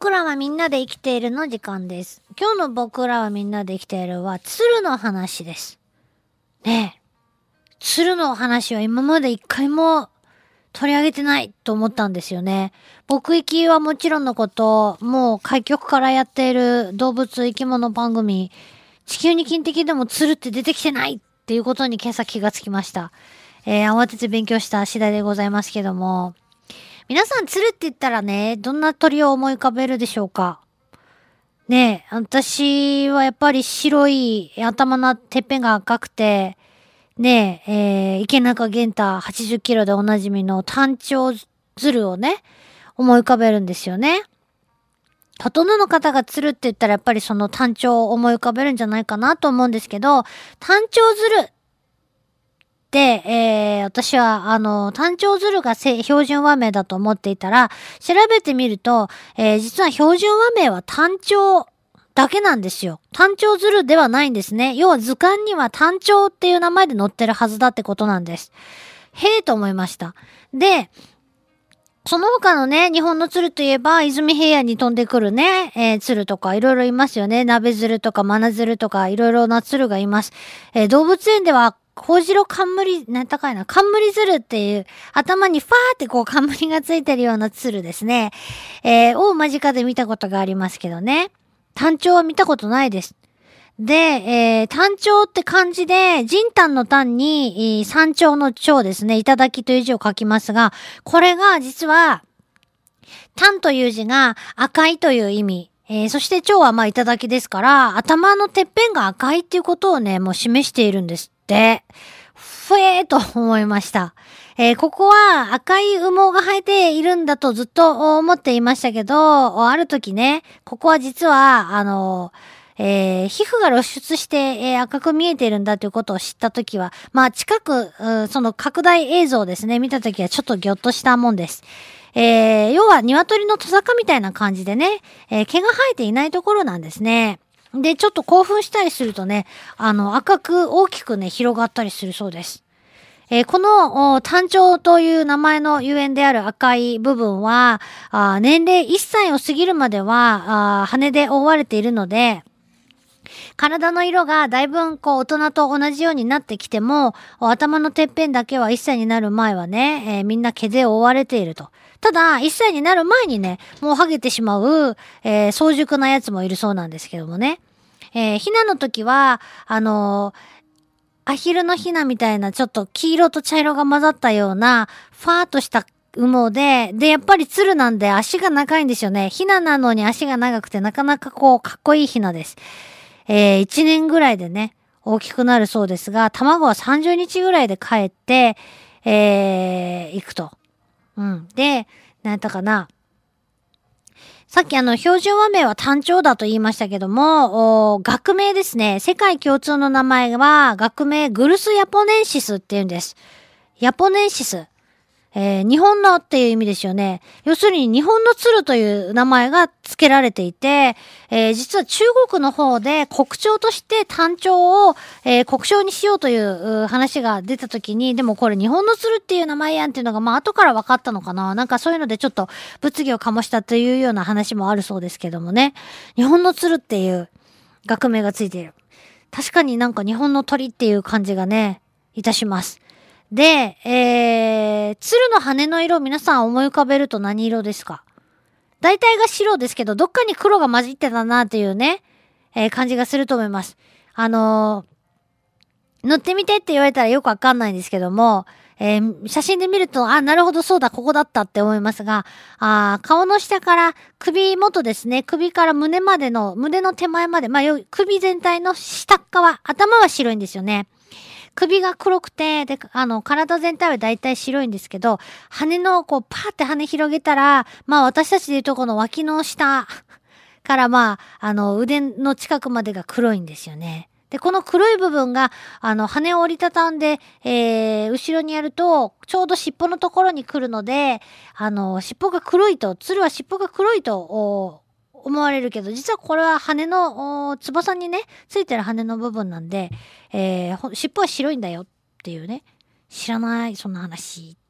僕らはみんなで生きているの時間です。今日の僕らはみんなで生きているは鶴の話です。ねえ。鶴の話は今まで一回も取り上げてないと思ったんですよね。僕行きはもちろんのこと、もう開局からやっている動物生き物番組、地球に金的でも鶴って出てきてないっていうことに今朝気がつきました。慌てて勉強した次第でございますけども。皆さん鶴って言ったらね、どんな鳥を思い浮かべるでしょうか？ねえ、私はやっぱり白い頭のてっぺんが赤くて、ねえ、池中玄太80キロでおなじみの単調鶴をね、思い浮かべるんですよね。ほとんどの方が鶴って言ったらやっぱりその単調を思い浮かべるんじゃないかなと思うんですけど、単調鶴で、私は、単調鶴が標準和名だと思っていたら、調べてみると、実は標準和名は単調だけなんですよ。単調鶴ではないんですね。要は図鑑には単調っていう名前で載ってるはずだってことなんです。へえと思いました。で、その他のね、日本の鶴といえば、泉平野に飛んでくるね、鶴とかいろいろいますよね。鍋鶴とかマナ鶴とかいろいろな鶴がいます。動物園では、ホウジロカンムリ、なんたかいな、カンムリ鶴っていう、頭にファーってこう冠がついてるような鶴ですね。を間近で見たことがありますけどね。単調は見たことないです。で、単調って漢字で、人丹の丹に、山頂の頂ですね、いただきという字を書きますが、これが実は、丹という字が赤いという意味、そして頂はまあいただきですから、頭のてっぺんが赤いっていうことをね、もう示しているんですって。ふえーと思いました。ここは赤い羽毛が生えているんだとずっと思っていましたけど、ある時ね、ここは実は、皮膚が露出して、赤く見えているんだということを知ったときは、まあ近く、その拡大映像をですね、見たときはちょっとギョッとしたもんです。要は鶏のトサカみたいな感じでね、毛が生えていないところなんですね。で、ちょっと興奮したりするとね、赤く大きくね、広がったりするそうです。この単調という名前のゆえんである赤い部分は、年齢1歳を過ぎるまでは羽で覆われているので、体の色がだいぶこう大人と同じようになってきても、頭のてっぺんだけは1歳になる前はね、みんな毛で覆われていると。ただ、1歳になる前にね、もう剥げてしまう、早熟なやつもいるそうなんですけどもね。ヒナの時は、アヒルのヒナみたいなちょっと黄色と茶色が混ざったような、ファーっとした羽毛で、やっぱり鶴なんで足が長いんですよね。ヒナなのに足が長くてなかなかこう、かっこいいヒナです。1年ぐらいでね、大きくなるそうですが、卵は30日ぐらいで帰って、行くと。うん。で、なんだかな。さっき標準和名は単調だと言いましたけども、学名ですね。世界共通の名前は、学名グルス・ヤポネンシスって言うんです。ヤポネンシス。日本のっていう意味ですよね。要するに日本の鶴という名前が付けられていて、実は中国の方で国鳥として単調を、国鳥にしようという話が出た時に、でもこれ日本の鶴っていう名前やんっていうのがまあ後から分かったのかな。なんかそういうのでちょっと物議を醸したというような話もあるそうですけどもね。日本の鶴っていう学名がついている。確かになんか日本の鳥っていう感じがね、いたします。で、鶴の羽の色皆さん思い浮かべると何色ですか？大体が白ですけど、どっかに黒が混じってたなっていうね、感じがすると思います。塗ってみてって言われたらよくわかんないんですけども、写真で見ると、なるほどそうだ、ここだったって思いますが、顔の下から首元ですね、首から胸までの、胸の手前まで、まあ、首全体の下っ側、頭は白いんですよね。首が黒くて、で、体全体はだいたい白いんですけど、羽の、こう、パーって羽広げたら、まあ、私たちで言うとこの脇の下からまあ、腕の近くまでが黒いんですよね。で、この黒い部分が、羽を折りたたんで、後ろにやると、ちょうど尻尾のところに来るので、尻尾が黒いと、鶴は尻尾が黒いと、思われるけど、実はこれは羽の、翼にね、ついてる羽の部分なんで、尻尾は白いんだよっていうね。知らない、そんな話。っ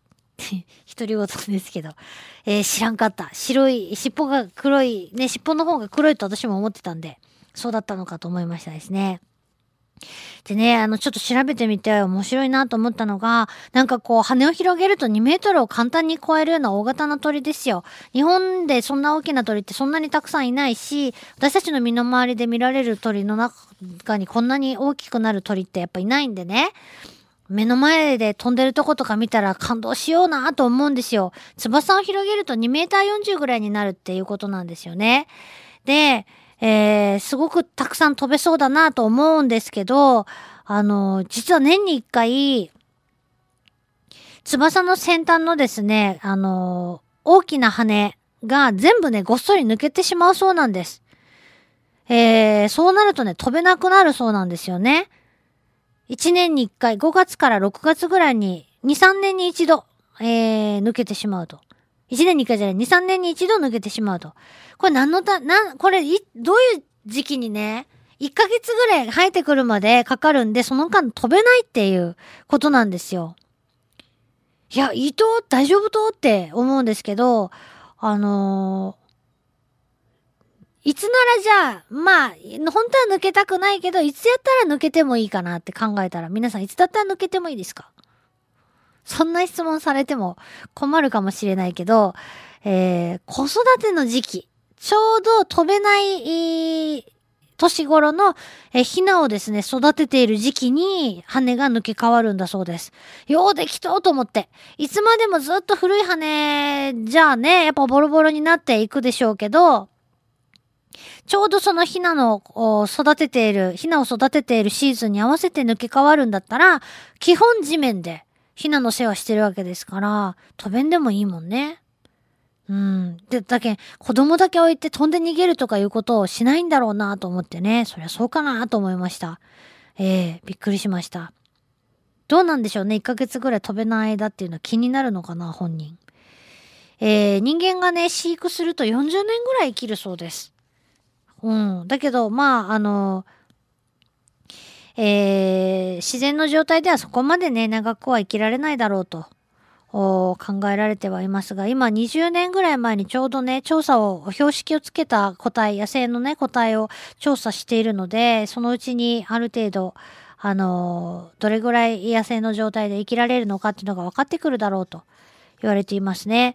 独り言ですけど、知らんかった。白い、尻尾が黒い、ね、尻尾の方が黒いと私も思ってたんで、そうだったのかと思いましたですね。でね、ちょっと調べてみて面白いなと思ったのが、なんかこう、羽を広げると2メートルを簡単に超えるような大型な鳥ですよ。日本でそんな大きな鳥ってそんなにたくさんいないし、私たちの身の回りで見られる鳥の中にこんなに大きくなる鳥ってやっぱいないんでね。目の前で飛んでるとことか見たら感動しようなと思うんですよ。翼を広げると2メーター40ぐらいになるっていうことなんですよね。で、すごくたくさん飛べそうだなと思うんですけど、実は年に1回、翼の先端のですね、大きな羽が全部ね、ごっそり抜けてしまうそうなんです。そうなるとね、飛べなくなるそうなんですよね。1年に1回、5月から6月ぐらいに、2、3年に一度、抜けてしまうと。1年に1回じゃない、2、3年に一度抜けてしまうと。これこれ、どういう時期にね、1ヶ月ぐらい生えてくるまでかかるんで、その間飛べないっていうことなんですよ。いや、大丈夫とって思うんですけど、いつならじゃあ、まあ、本当は抜けたくないけど、いつやったら抜けてもいいかなって考えたら、皆さんいつだったら抜けてもいいですか？そんな質問されても困るかもしれないけど、子育ての時期、ちょうど飛べない年頃の、ヒナをですね、育てている時期に羽が抜け変わるんだそうです。ようできとうと思って。いつまでもずっと古い羽じゃあね、やっぱボロボロになっていくでしょうけど、ちょうどそのヒナを育てているシーズンに合わせて抜け変わるんだったら、基本地面でヒナの世話してるわけですから、飛べんでもいいもんね。だけ子供だけ置いて飛んで逃げるとかいうことをしないんだろうなと思ってね。そりゃそうかなと思いました。びっくりしました。どうなんでしょうね。1ヶ月ぐらい飛べない間っていうのは気になるのかな、本人。人間がね、飼育すると40年ぐらい生きるそうです。だけど、自然の状態ではそこまでね、長くは生きられないだろうと。考えられてはいますが、今20年ぐらい前にちょうどね、標識をつけた個体、野生のね、個体を調査しているので、そのうちにある程度、どれぐらい野生の状態で生きられるのかっていうのが分かってくるだろうと言われていますね。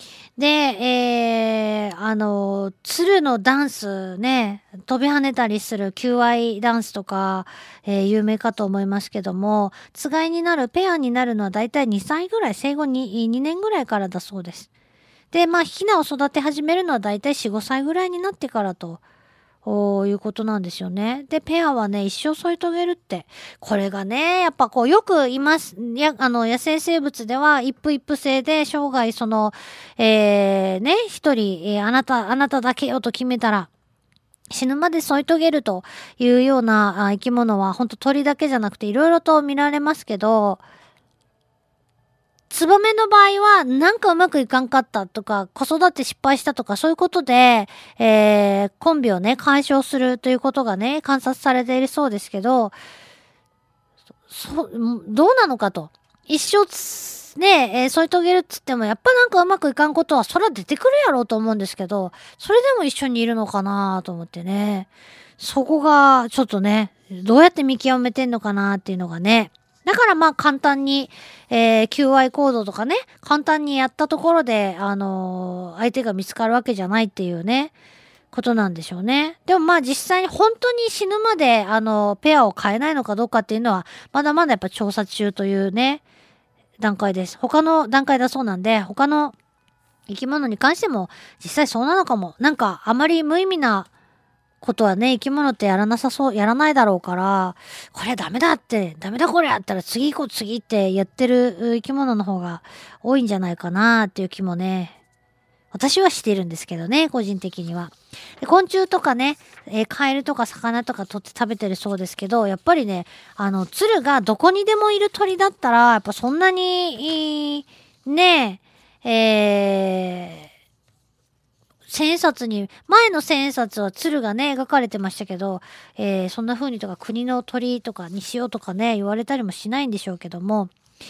で、鶴のダンスね、飛び跳ねたりする求愛ダンスとか、有名かと思いますけども、つがいになる、ペアになるのはだいたい2歳ぐらい、生後に2年ぐらいからだそうです。で、ヒナを育て始めるのはだいたい4、5歳ぐらいになってからということなんですよね。で、ペアはね、一生添い遂げるって。これがね、やっぱよくいます。野生生物では一夫一夫制で生涯一人、あなただけよと決めたら、死ぬまで添い遂げるというような生き物は、ほんと鳥だけじゃなくていろいろと見られますけど、ツバメの場合は、なんかうまくいかんかったとか、子育て失敗したとか、そういうことで、コンビをね、解消するということがね、観察されているそうですけど、どうなのかと。一生ね、添い遂げるっつっても、やっぱなんかうまくいかんことは、そら出てくるやろうと思うんですけど、それでも一緒にいるのかなと思ってね。そこが、ちょっとね、どうやって見極めてんのかなっていうのがね、だから簡単に、求愛行動とかね、簡単にやったところで、相手が見つかるわけじゃないっていうね、ことなんでしょうね。でも実際に本当に死ぬまで、ペアを変えないのかどうかっていうのは、まだまだやっぱ調査中というね、段階です。他の段階だそうなんで、他の生き物に関しても、実際そうなのかも。なんか、あまり無意味なことはね、生き物ってやらないだろうから、これダメだこれやったら次行こう次ってやってる生き物の方が多いんじゃないかなっていう気もね、私はしてるんですけどね、個人的には。昆虫とかね、カエルとか魚とか取って食べてるそうですけど、やっぱりね、鶴がどこにでもいる鳥だったら、やっぱそんなに、ね前の千円札は鶴がね、描かれてましたけど、そんな風にとか国の鳥とかにしようとかね、言われたりもしないんでしょうけども、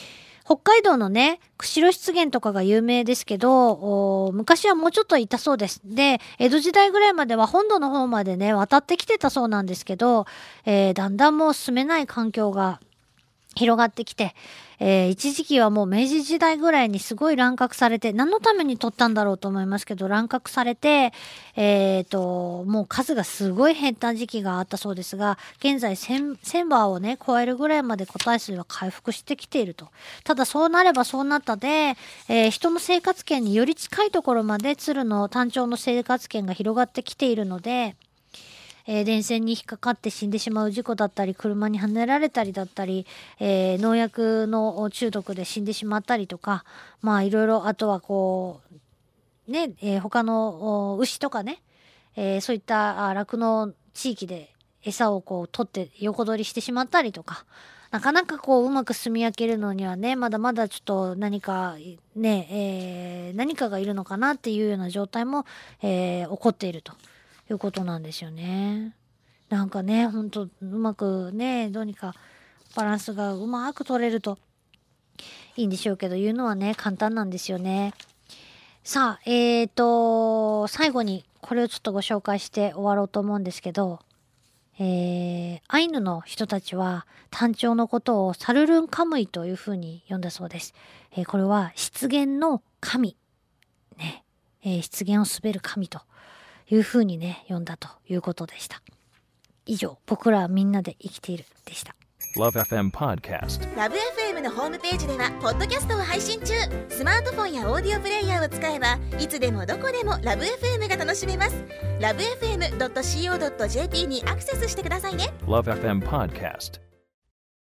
北海道のね、釧路湿原とかが有名ですけど、昔はもうちょっといたそうです。で、江戸時代ぐらいまでは本土の方までね、渡ってきてたそうなんですけど、だんだんもう住めない環境が広がってきて、一時期はもう明治時代ぐらいにすごい乱獲されて、何のために取ったんだろうと思いますけど、乱獲されて、もう数がすごい減った時期があったそうですが、現在1000羽をね、超えるぐらいまで個体数は回復してきていると。ただそうなればそうなったで、人の生活圏により近いところまでタンチョウの生活圏が広がってきているので、電線に引っかかって死んでしまう事故だったり、車にはねられたりだったり、農薬の中毒で死んでしまったりとか、まあいろいろ、あとはこう、ね、他の牛とかね、そういった酪農地域で餌をこう取って横取りしてしまったりとか、なかなかこううまく住み分けるのにはね、まだまだちょっと何かね、何かがいるのかなっていうような状態も、起こっているということなんですよね。なんかね、ほんとうまくね、どうにかバランスがうまく取れるといいんでしょうけど、言うのはね、簡単なんですよね。さあ、最後にこれをちょっとご紹介して終わろうと思うんですけど、アイヌの人たちはタンチョウのことをサルルンカムイというふうに呼んだそうです。これは湿原の神、ね、湿原を滑る神というふうにね、呼んだということでした。以上、僕らはみんなで生きているでした。 LoveFM Podcast。LoveFM のホームページではポッドキャストを配信中。スマートフォンやオーディオプレイヤーを使えばいつでもどこでも LoveFM が楽しめます。LoveFM.co.jp にアクセスしてくださいね。LoveFM Podcast。